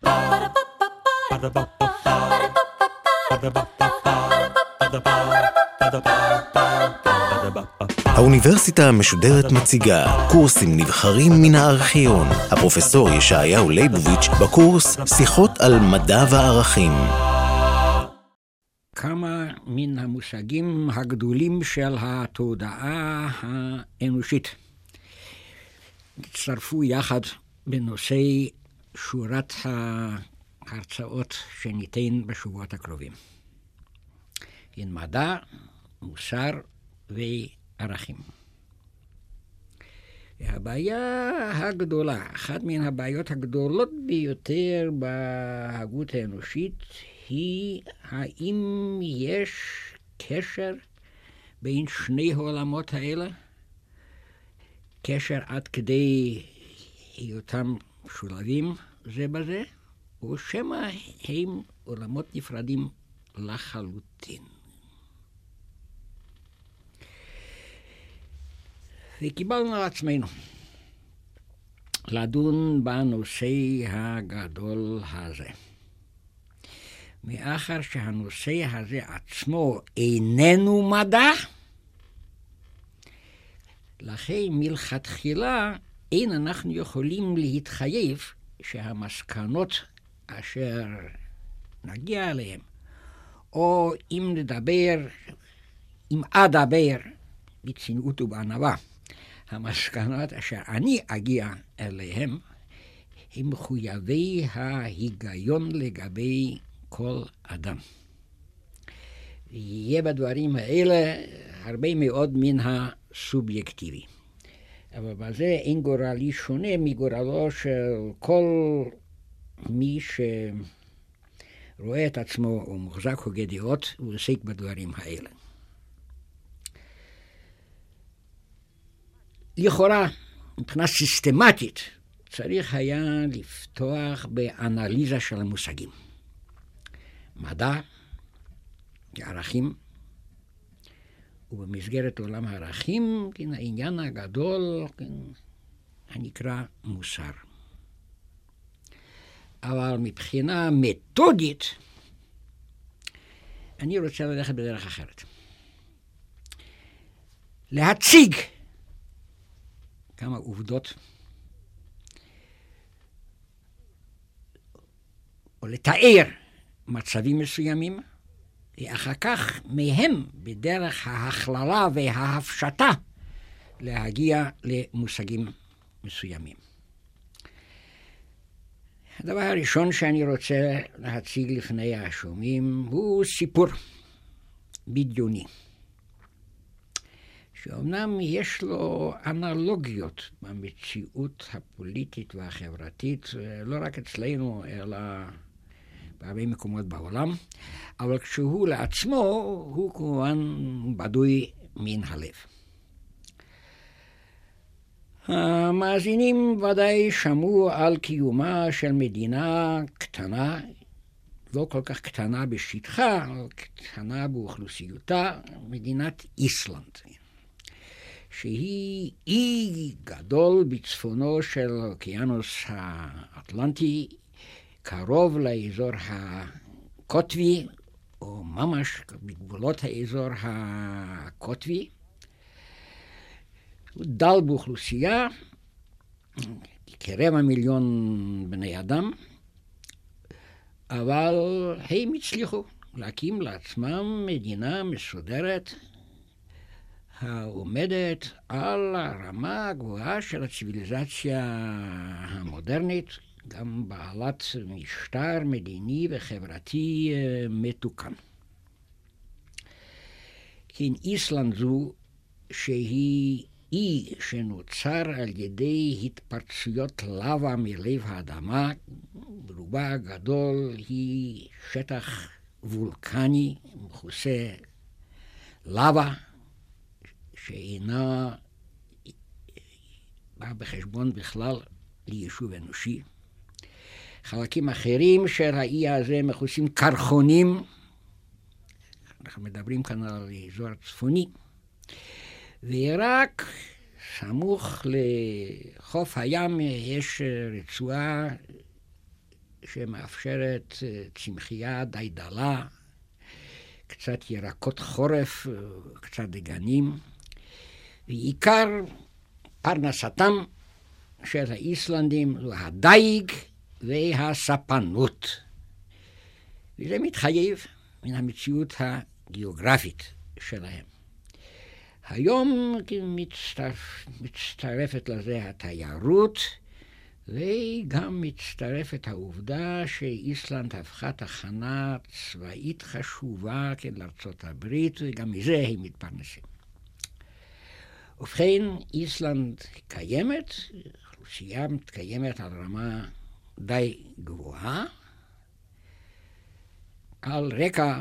האוניברסיטה המשודרת מציגה קורסים נבחרים מן הארכיון. הפרופסור ישעיהו ליבוביץ' בקורס שיחות על מדע וערכים. כמה מן המושגים הגדולים של התודעה האנושית הצטרפו יחד בנושא שורת ההרצאות שניתן בשבועות הקרובים. הן מדע, מוסר וערכים. והבעיה הגדולה, אחת מן הבעיות הגדולות ביותר בהגות האנושית, היא האם יש קשר בין שני העולמות האלה, קשר עד כדי היותם משולבים זה בזה, או שמא הם עולמות נפרדים לחלוטין. וקיבלנו על עצמנו לדון בנושא הגדול הזה. מאחר שהנושא הזה עצמו איננו מדע, לכן מלכתחילה אין אנחנו יכולים להתחייב שהמסקנות אשר נגיע אליהם, או אם אדבר בצניעות ובענווה, המסקנות אשר אני אגיע אליהם, הם מחויבי ההיגיון לגבי כל אדם. יהיה בדברים האלה הרבה מאוד מן הסובייקטיבי. אבל בזה אין גורלי שונה מגורלו של כל מי שרואה את עצמו או מוחזק הוגה דעות ועוסק בדברים האלה. לכאורה, מבחינה סיסטמטית, צריך היה לפתוח באנליזה של המושגים. מדע, ערכים, ובמסגרת עולם הערכים, העניין הגדול הנקרא מוסר. אבל מבחינה מתודית, אני רוצה ללכת בדרך אחרת. להציג כמה עובדות, או לתאר מצבים מסוימים, ואחר כך מהם בדרך ההכללה וההפשטה להגיע למושגים מסוימים. הדבר הראשון שאני רוצה להציג לפני השומעים הוא סיפור בדיוני, שאומנם יש לו אנלוגיות במציאות הפוליטית והחברתית, לא רק אצלנו אלא בהרבה מקומות בעולם, אבל כשהוא לעצמו הוא כמובן בדוי מן הלב. המאזינים ודאי שמעו על קיומה של מדינה קטנה, לא כל כך קטנה בשטחה, אבל קטנה באוכלוסיותה, מדינת איסלנד, שהיא אי גדול בצפונו של האוקיינוס האטלנטי, קרוב לאזור הקוטבי, או ממש בגבולות האזור הקוטבי. הוא דל באוכלוסייה, כ250,000 בני אדם, אבל הם הצליחו להקים לעצמם מדינה מסודרת, העומדת על הרמה הגבוהה של הציוויליזציה המודרנית, גם בעלת משטר מדיני וחברתי מתוקן. כן, איסלנד זו שהיא אי שנוצר על ידי התפרצויות לבה מלב האדמה, ברובה הגדול היא שטח וולקני מכוסה לבה, שאינה באה בחשבון בכלל ליישוב אנושי. חלקים אחרים של האי הזה מכוסים קרחונים, אנחנו מדברים כאן על האזור הצפוני, ורק סמוך לחוף הים יש רצועה שמאפשרת צמחייה די דלה, קצת ירקות חורף, קצת דגנים, ועיקר פרנסתם של האיסלנדים הוא הדייג והספנות. וזה מתחייב מן המציאות הגיאוגרפית שלהם. היום מצטרפת לזה התיירות, וגם מצטרפת העובדה שאיסלנד הפכה תחנה צבאית חשובה לארצות הברית, וגם מזה הם מתפרנסים. ובכן, איסלנד קיימת, אוכלוסייה מתקיימת על רמה די גבוהה, על רקע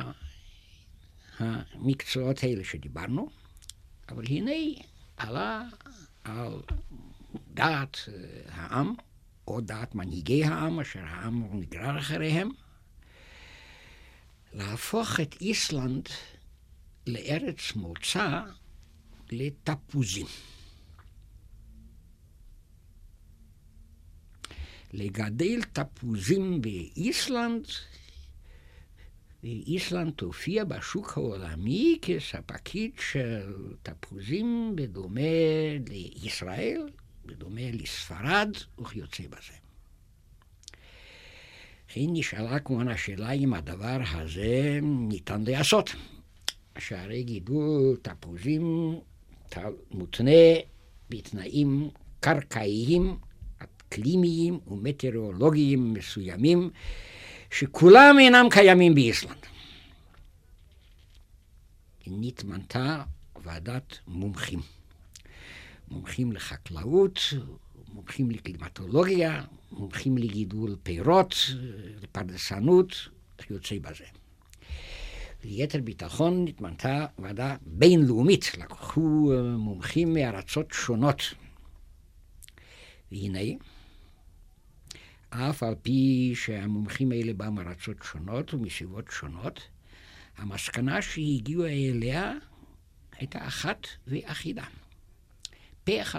המקצועות האלה שדיברנו, אבל הנה עלה על דעת העם, או דעת מנהיגי העם, אשר העם נגרר אחריהם, להפוך את איסלנד לארץ מוצא לתפוזים. לגדל תפוזים באיסלנד, ואיסלנד תופיע בשוק העולמי כספקית של תפוזים בדומה לישראל, בדומה לספרד וכיוצא בזה. היא נשאלה כמובן השאלה אם הדבר הזה ניתן לעשות. שהרי גידול תפוזים מותנה בתנאים קרקעיים, אקלימיים ומטאורולוגיים מסוימים, שכולם אינם קיימים באיסלנד. נתמנתה ועדת מומחים. מומחים לחקלאות, מומחים לקלימטולוגיה, מומחים לגידול פירות, לפרדסנות, יוצא בזה. ליתר ביטחון נתמנתה ועדה בינלאומית, לקחו מומחים מארצות שונות. והנה, אף על פי שהמומחים האלה באו מארצות שונות ומסביבות שונות, המסקנה שהגיעו אליה הייתה אחת ואחידה. פה אחד.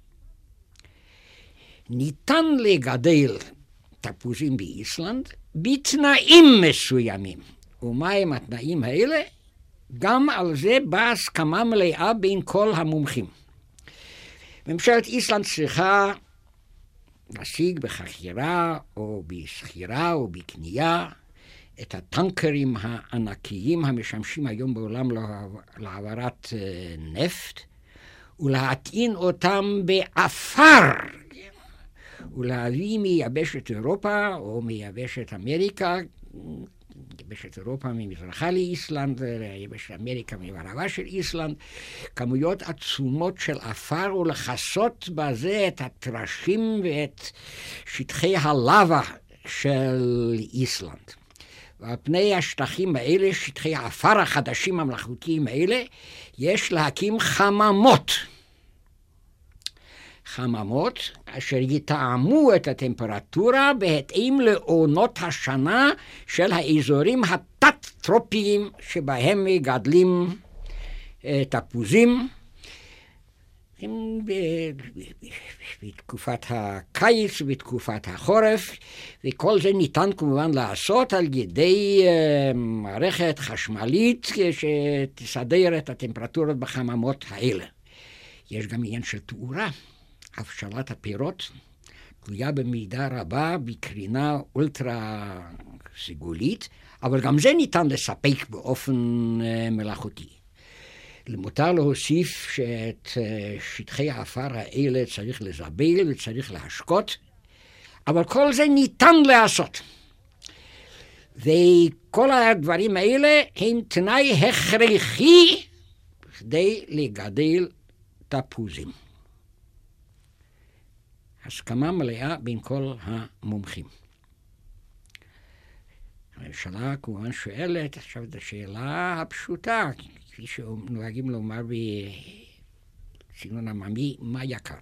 ניתן לגדל תפוזים באיסלנד בתנאים מסוימים. ומהם התנאים האלה? גם על זה באה הסכמה מלאה בין כל המומחים. ממשלת איסלנד צריכה להשיג בחכירה או בסחירה או בקנייה את הטנקרים הענקיים המשמשים היום בעולם להעברת נפט, ולהטעין אותם באפר, ולהביא מיבשת אירופה או מיבשת אמריקה, יבשת אירופה ממזרחה לאיסלנד, יבשת אמריקה ממערבה של איסלנד, כמויות עצומות של אפר, ולכסות בזה את הטרשים ואת שטחי הלבה של איסלנד. ועל פני השטחים האלה, שטחי האפר החדשים המלאכותיים האלה, יש להקים חממות. חממות אשר יתאמו את הטמפרטורה בהתאם לעונות השנה של האזורים התת-טרופיים שבהם מגדלים תפוזים. בתקופת הקיץ ובתקופת החורף, וכל זה ניתן כמובן לעשות על ידי מערכת חשמלית שתסדר את הטמפרטורות בחממות האלה. יש גם עניין של תאורה. הבשלת הפירות תלויה במידה רבה בקרינה אולטרה סגולית, אבל גם זה ניתן לספק באופן מלאכותי. למותר להוסיף שאת שטחי האפר האלה צריך לזבל וצריך להשקות, אבל כל זה ניתן לעשות. וכל הדברים האלה הם תנאי הכרחי כדי לגדל תפוזים. הסכמה מלאה בין כל המומחים. הממשלה כמובן שואלת עכשיו את השאלה הפשוטה, כפי שנוהגים לומר בסגנון עממי, מה יקר?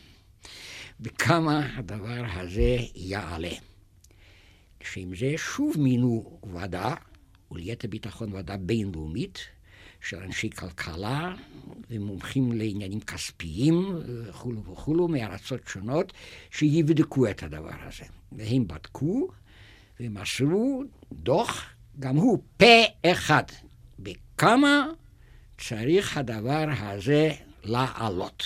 וכמה הדבר הזה יעלה? שעם זה שוב מינו ועדה, וליתר ביטחון ועדה בינלאומית, של אנשי כלכלה ומומחים לעניינים כספיים וכו' וכו' מארצות שונות שיבדקו את הדבר הזה. והם בדקו ומסרו דוח, גם הוא פה אחד, בכמה צריך הדבר הזה לעלות.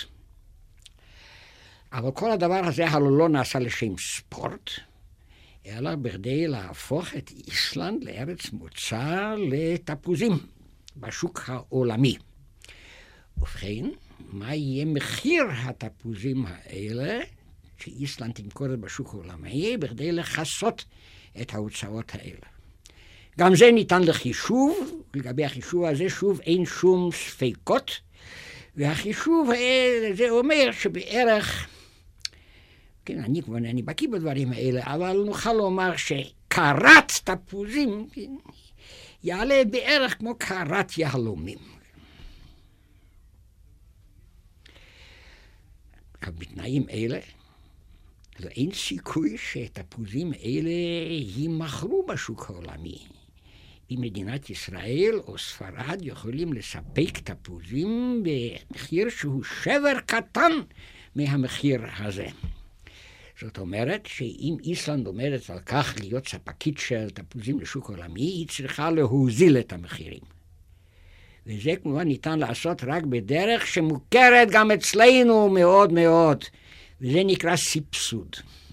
אבל כל הדבר הזה הלא לא נעשה לשם ספורט, אלא בכדי להפוך את איסלנד לארץ מוצא לתפוזים בשוק העולמי. ובכן, מה יהיה מחיר התפוזים האלה שאיסלנד תמכור בשוק העולמי בכדי לכסות את ההוצאות האלה? גם זה ניתן לחישוב, לגבי החישוב הזה שוב אין שום ספקות, והחישוב הזה אומר שבערך, כן, אני בקיא בדברים האלה, אבל נוכל לומר שקרת תפוזים יעלה בערך כמו קרת יהלומים. בתנאים אלה, אין סיכוי שתפוזים אלה יימכרו בשוק העולמי. במדינת ישראל או ספרד יכולים לספק תפוזים במחיר שהוא שבר קטן מהמחיר הזה. זאת אומרת שאם איסלנד עומדת על כך להיות ספקית של תפוזים לשוק עולמי, היא צריכה להוזיל את המחירים. וזה כמובן ניתן לעשות רק בדרך שמוכרת גם אצלנו מאוד מאוד, וזה נקרא סבסוד.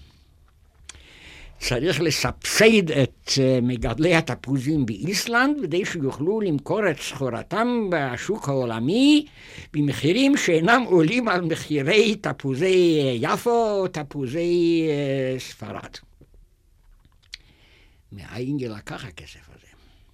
צריך לסבסד את מגדלי התפוזים באיסלנד, כדי שיוכלו למכור את סחורתם בשוק העולמי במחירים שאינם עולים על מחירי תפוזי יפו או תפוזי ספרד. מאין ילקח הכסף הזה?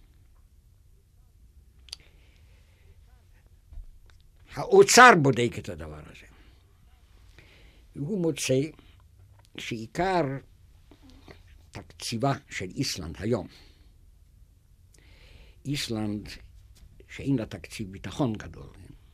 האוצר בודק את הדבר הזה. והוא מוצא שעיקר תקציבה של איסלנד היום, איסלנד שאין לה תקציב ביטחון גדול,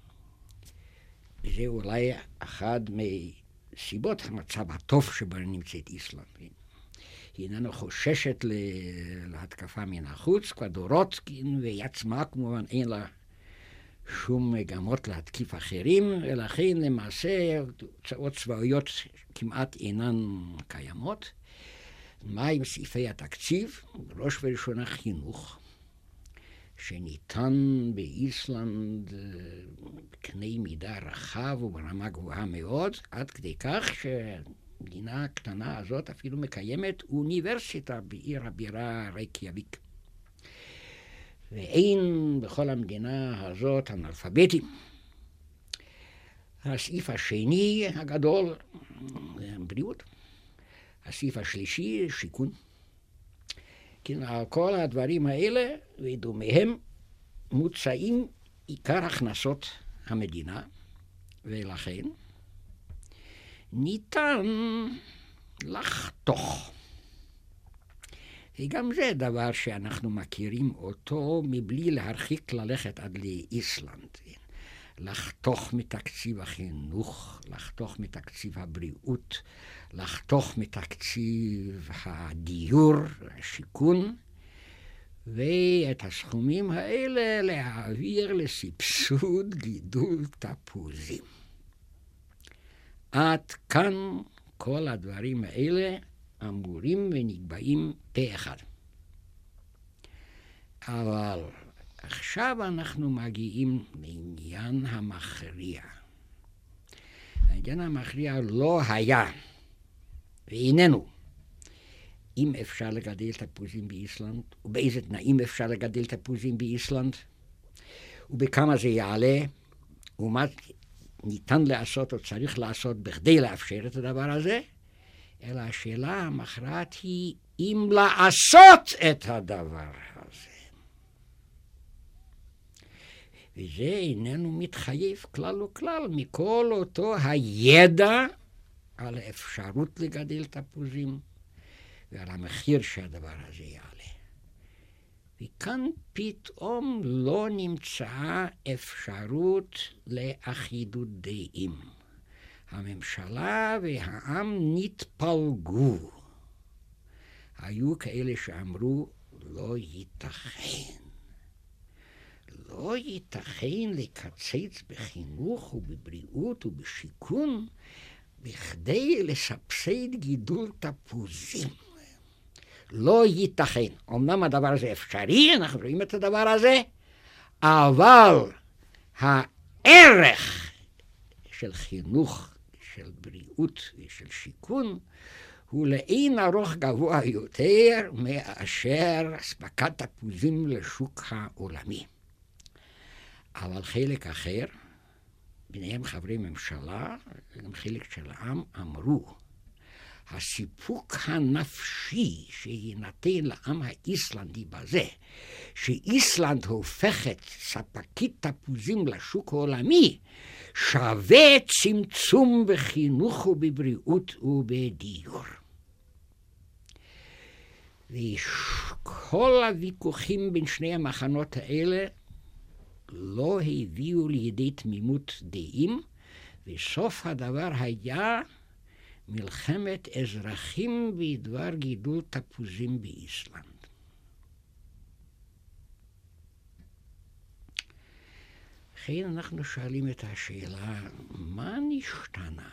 וזה אולי אחד מסיבות המצב הטוב שבו נמצאת איסלנד. היא איננה חוששת להתקפה מן החוץ, כבר דורות, ועצמה כמובן אין לה שום מגמות להתקיף אחרים, ולכן למעשה הוצאות צבאיות כמעט אינן קיימות. מה עם סעיפי התקציב? בראש ובראשונה חינוך, שניתן באיסלנד בקנה מידה רחב וברמה גבוהה מאוד, עד כדי כך שהמדינה הקטנה הזאת אפילו מקיימת אוניברסיטה בעיר הבירה ריקיאביק. ואין בכל המדינה הזאת אנאלפביתים. הסעיף השני הגדול, בריאות. הסעיף השלישי, שיכון. כן, כל הדברים האלה ודומיהם מוצאים עיקר הכנסות המדינה, ולכן ניתן לחתוך. וגם זה דבר שאנחנו מכירים אותו מבלי להרחיק ללכת עד לאיסלנד. לחתוך מתקציב החינוך, לחתוך מתקציב הבריאות, לחתוך מתקציב הדיור, השיכון, ואת הסכומים האלה להעביר לסבסוד גידול תפוזים. עד כאן כל הדברים האלה אמורים ונקבעים פה אחד. אבל עכשיו אנחנו מגיעים לעניין המכריע. העניין המכריע לא היה, ואיננו, אם אפשר לגדל תפוזים באיסלנד, ובאיזה תנאים אפשר לגדל תפוזים באיסלנד, ובכמה זה יעלה, ומה ניתן לעשות או צריך לעשות בכדי לאפשר את הדבר הזה, אלא השאלה המכרעת היא אם לעשות את הדבר הזה. וזה איננו מתחייב כלל וכלל מכל אותו הידע על האפשרות לגדל תפוזים ועל המחיר שהדבר הזה יעלה. וכאן פתאום לא נמצאה אפשרות לאחידות דעים. הממשלה והעם נתפלגו. היו כאלה שאמרו, לא ייתכן. לא ייתכן לקצץ בחינוך ובבריאות ובשיכון בכדי לסבסד גידול תפוזים. לא ייתכן. אמנם הדבר הזה אפשרי, אנחנו רואים את הדבר הזה, אבל הערך של חינוך, של בריאות ושל שיכון, הוא לאין ארוך גבוה יותר מאשר אספקת תפוזים לשוק העולמי. אבל חלק אחר, ביניהם חברי ממשלה, גם חלק של העם, אמרו, הסיפוק הנפשי שיינתן לעם האיסלנדי בזה, שאיסלנד הופכת ספקית תפוזים לשוק העולמי, שווה צמצום בחינוך ובבריאות ובדיור. וכל הוויכוחים בין שני המחנות האלה לא הביאו לידי תמימות דעים, וסוף הדבר היה מלחמת אזרחים בדבר גידול תפוזים באיסלנד. לכן אנחנו שואלים את השאלה, מה נשתנה?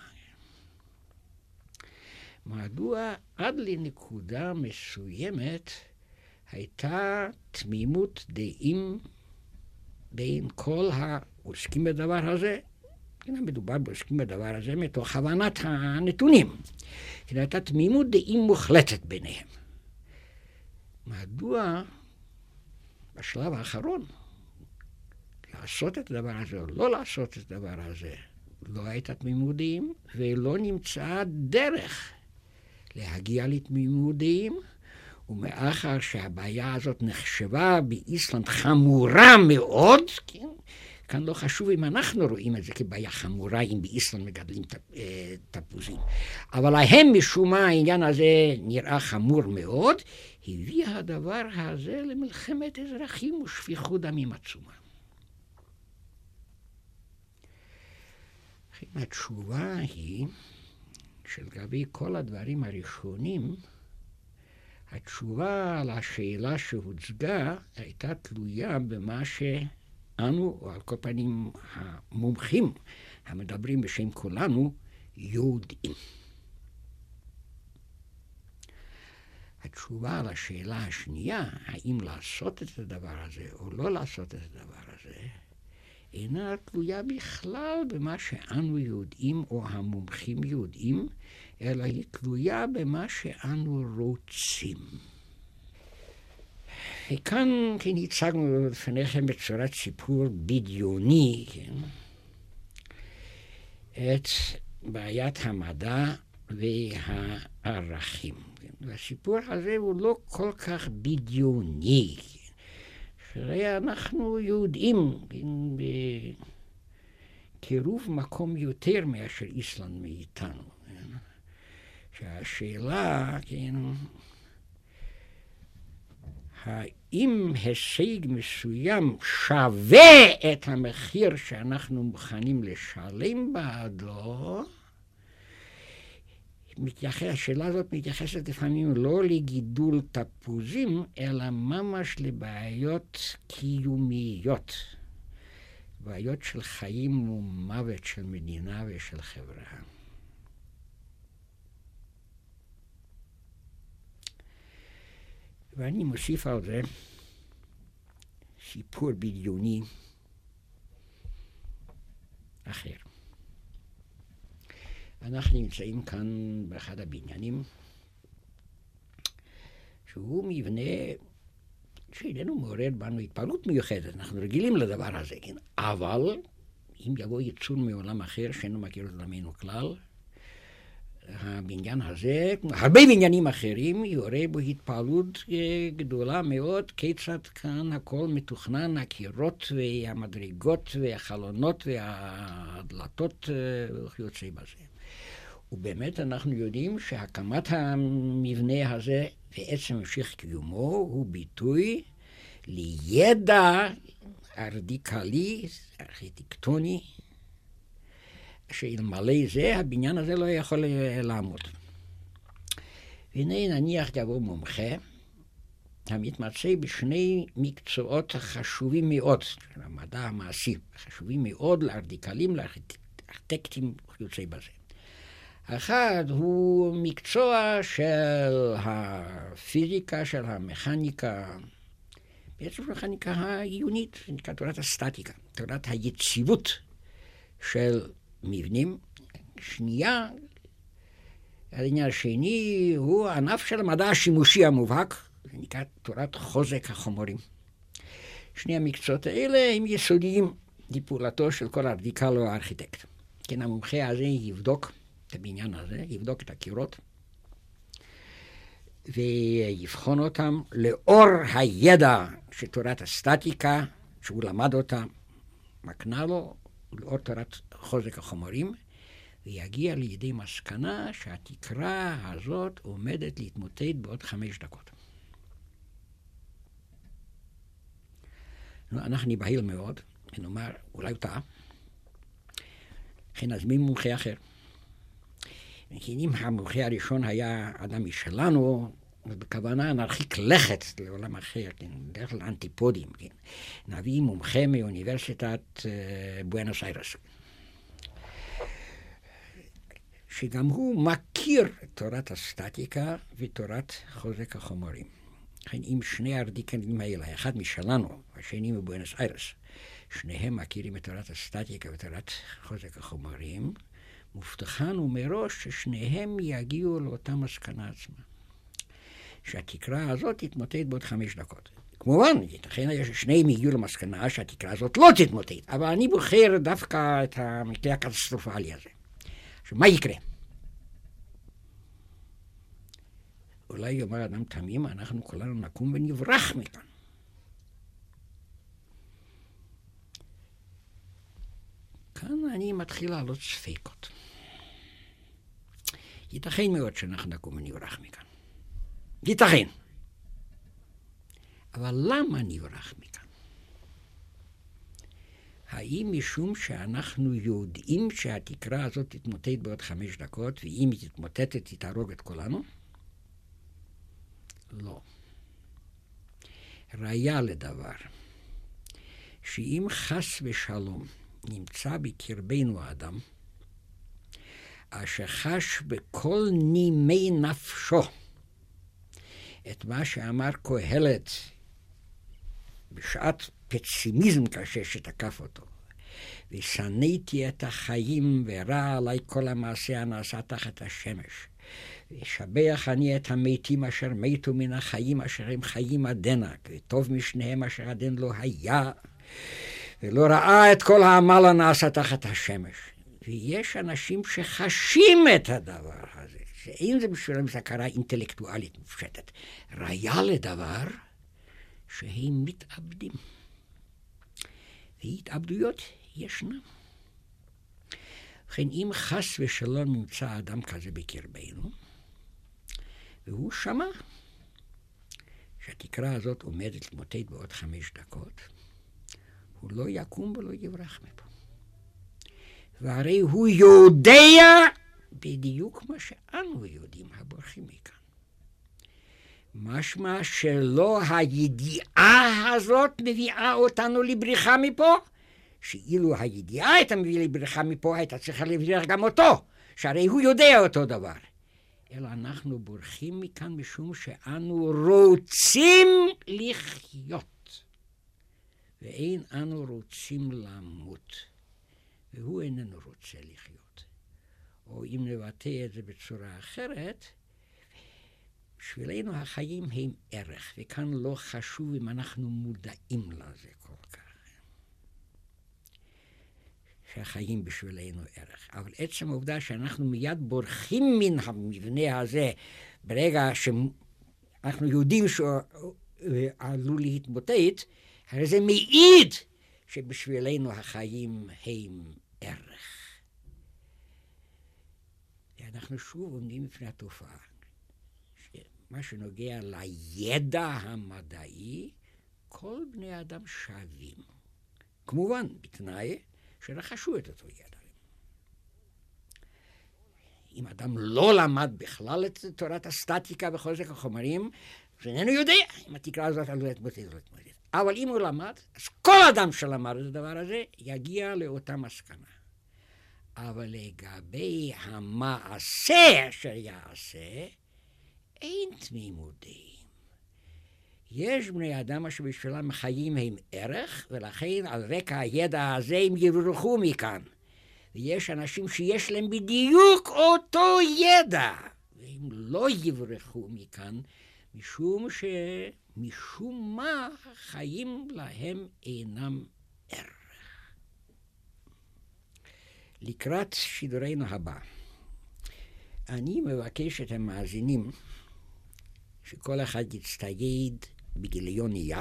מדוע עד לנקודה מסוימת הייתה תמימות דעים בין כל העוסקים בדבר הזה? מדובר בעוסקים בדבר הזה מתוך הבנת הנתונים. הייתה תמימות דעים מוחלטת ביניהם. מדוע בשלב האחרון לעשות את הדבר הזה או לא לעשות את הדבר הזה לא הייתה תמימות דעים, ולא נמצאה דרך להגיע לתמימות דעים, ומאחר שהבעיה הזאת נחשבה באיסלנד חמורה מאוד, כן? כאן לא חשוב אם אנחנו רואים את זה כבעיה חמורה, אם באיסלנד מגדלים תפוזים. אבל להם משום מה העניין הזה נראה חמור מאוד, הביא הדבר הזה למלחמת אזרחים ושפיכות דמים עצומה. התשובה היא שלגבי כל הדברים הראשונים, התשובה על השאלה שהוצגה הייתה תלויה במה שאנו, או על כל פנים המומחים המדברים בשם כולנו, יודעים. התשובה על השאלה השנייה, האם לעשות את הדבר הזה או לא לעשות את הדבר הזה, אינה תלויה בכלל במה שאנו יודעים או המומחים יודעים, אלא היא תלויה במה שאנו רוצים. וכאן כן הצגנו לפניכם בצורת סיפור בדיוני, כן? את בעיית המדע והערכים. כן? והסיפור הזה הוא לא כל כך בדיוני, כן? שהרי אנחנו יודעים בקירוב מקום יותר מאשר איסלנד מאיתנו. שהשאלה, כן, האם הישג מסוים שווה את המחיר שאנחנו מוכנים לשלם בעדו, השאלה הזאת מתייחסת לפעמים לא לגידול תפוזים, אלא ממש לבעיות קיומיות. בעיות של חיים ומוות של מדינה ושל חברה. ואני מוסיף על זה סיפור בדיוני אחר. אנחנו נמצאים כאן באחד הבניינים, שהוא מבנה שאיננו מעורר בנו התפעלות מיוחדת, אנחנו רגילים לדבר הזה, כן? אבל אם יבוא יצור מעולם אחר שאינו מכיר את עולמנו כלל, הבניין הזה, הרבה בניינים אחרים, יורה בו התפעלות גדולה מאוד, כיצד כאן הכל מתוכנן, הקירות והמדרגות והחלונות והדלתות וכיוצא בזה. ובאמת אנחנו יודעים שהקמת המבנה הזה ועצם המשך קיומו הוא ביטוי לידע רדיקלי, ארכיטקטוני, שאלמלא זה, הבניין הזה לא יכול לעמוד. והנה נניח יבוא מומחה, המתמצא בשני מקצועות חשובים מאוד, המדע המעשי, חשובים מאוד לארדיקלים, לארכיטקטים, יוצא בזה. אחד הוא מקצוע של הפיזיקה, של המכניקה, בעצם המכניקה העיונית, זה נקרא תורת הסטטיקה, תורת היציבות של מבנים. שנייה, העניין השני הוא הענף של המדע השימושי המובהק, זה נקרא תורת חוזק החומרים. שני המקצועות האלה הם יסודיים לפעולתו של כל הרדיקל או הארכיטקט. כן, המומחה הזה יבדוק את הבניין הזה, יבדוק את הקירות, ויבחון אותם לאור הידע של תורת הסטטיקה, שהוא למד אותה, מקנה לו, לאור תורת חוזק החומרים, ויגיע לידי מסקנה שהתקרה הזאת עומדת להתמוטט בעוד 5 דקות. אנחנו נבהיל מאוד, ונאמר, אולי הוא טעה, לכן נזמין מומחה אחר. אם המומחה הראשון היה אדם משלנו, בכוונה נרחיק לכת לעולם אחר, דרך כלל אנטיפודים, נביא מומחה מאוניברסיטת בואנוס איירס, שגם הוא מכיר את תורת הסטטיקה ותורת חוזק החומרים. לכן אם שני הרדיקלים האלה, אחד משלנו, השני מבואנוס איירס, שניהם מכירים את תורת הסטטיקה ותורת חוזק החומרים, מובטחנו מראש ששניהם יגיעו לאותה מסקנה עצמה. שהתקרה הזאת תתמוטט בעוד 5 דקות. כמובן, ייתכן ששניהם יגיעו למסקנה שהתקרה הזאת לא תתמוטט, אבל אני בוחר דווקא את המקרה הקטסטרופלי הזה. עכשיו, מה יקרה? אולי יאמר אדם תמים, אנחנו כולנו נקום ונברח מכאן. כאן אני מתחיל לעלות ספקות. ייתכן מאוד שאנחנו נקום ונברח מכאן. ייתכן. אבל למה נברח מכאן? האם משום שאנחנו יודעים שהתקרה הזאת תתמוטט בעוד 5 דקות, ואם היא תתמוטטת היא תהרוג את כולנו? לא. ראיה לדבר, שאם חס ושלום נמצא בקרבנו האדם, אשר חש בכל נימי נפשו את מה שאמר קהלת בשעת פסימיזם קשה שתקף אותו, ושנאתי את החיים ורע עליי כל המעשה הנעשה תחת השמש, ושבח אני את המתים אשר מתו מן החיים אשר הם חיים עדנה, וטוב משניהם אשר עדן לא היה, ולא ראה את כל העמל הנעשה תחת השמש. ויש אנשים שחשים את הדבר הזה, שאין זה בשבילם הכרה אינטלקטואלית מופשטת. ראיה לדבר שהם מתאבדים. והתאבדויות ישנם. לכן אם חס ושלום נמצא אדם כזה בקרבנו, והוא שמע שהתקרה הזאת עומדת למוטט בעוד 5 דקות, הוא לא יקום ולא יברח מפה. והרי הוא יודע בדיוק מה שאנו יודעים, הבורחים מכאן. משמע שלא הידיעה הזאת מביאה אותנו לבריחה מפה, שאילו הידיעה הייתה מביאה לבריחה מפה, הייתה צריכה לבריח גם אותו, שהרי הוא יודע אותו דבר. אלא אנחנו בורחים מכאן משום שאנו רוצים לחיות, ואין אנו רוצים למות, והוא איננו רוצה לחיות. או אם נבטא את זה בצורה אחרת, בשבילנו החיים הם ערך, וכאן לא חשוב אם אנחנו מודעים לזה כל כך. שהחיים בשבילנו ערך. אבל עצם העובדה שאנחנו מיד בורחים מן המבנה הזה, ברגע שאנחנו יודעים שהוא עלול להתמוטט, הרי זה מעיד שבשבילנו החיים הם ערך. ואנחנו שוב עומדים בפני התופעה. מה שנוגע לידע המדעי, כל בני אדם שווים. כמובן, בתנאי שרכשו את אותו ידע. אם אדם לא למד בכלל את תורת הסטטיקה וחוזק החומרים, אז איננו יודע אם התקרה הזאת עלולה להתמוטט או לא להתמוטט. אבל אם הוא למד, אז כל אדם שלמד את הדבר הזה יגיע לאותה מסקנה. אבל לגבי המעשה שיעשה, אין תמימות דעים. יש בני אדם שבשבילם חיים הם ערך, ולכן על רקע הידע הזה הם יברחו מכאן. ויש אנשים שיש להם בדיוק אותו ידע, והם לא יברחו מכאן, משום מה החיים להם אינם ערך. לקראת שידורנו הבא, אני מבקש את המאזינים שכל אחד יצטייד בגיליון נייר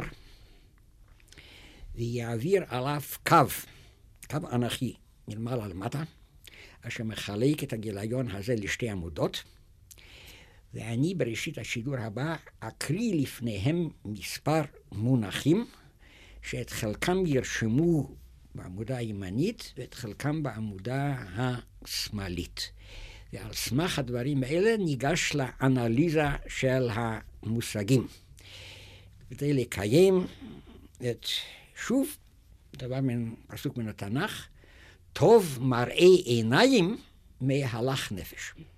ויעביר עליו קו אנכי מלמעלה למטה, אשר מחלק את הגיליון הזה לשתי עמודות, ואני בראשית השידור הבא אקריא לפניהם מספר מונחים שאת חלקם ירשמו בעמודה הימנית ואת חלקם בעמודה השמאלית. ועל סמך הדברים האלה ניגש לאנליזה של המושגים. כדי לקיים שוב דבר פסוק מן התנ"ך, טוב מראה עיניים מהלך נפש.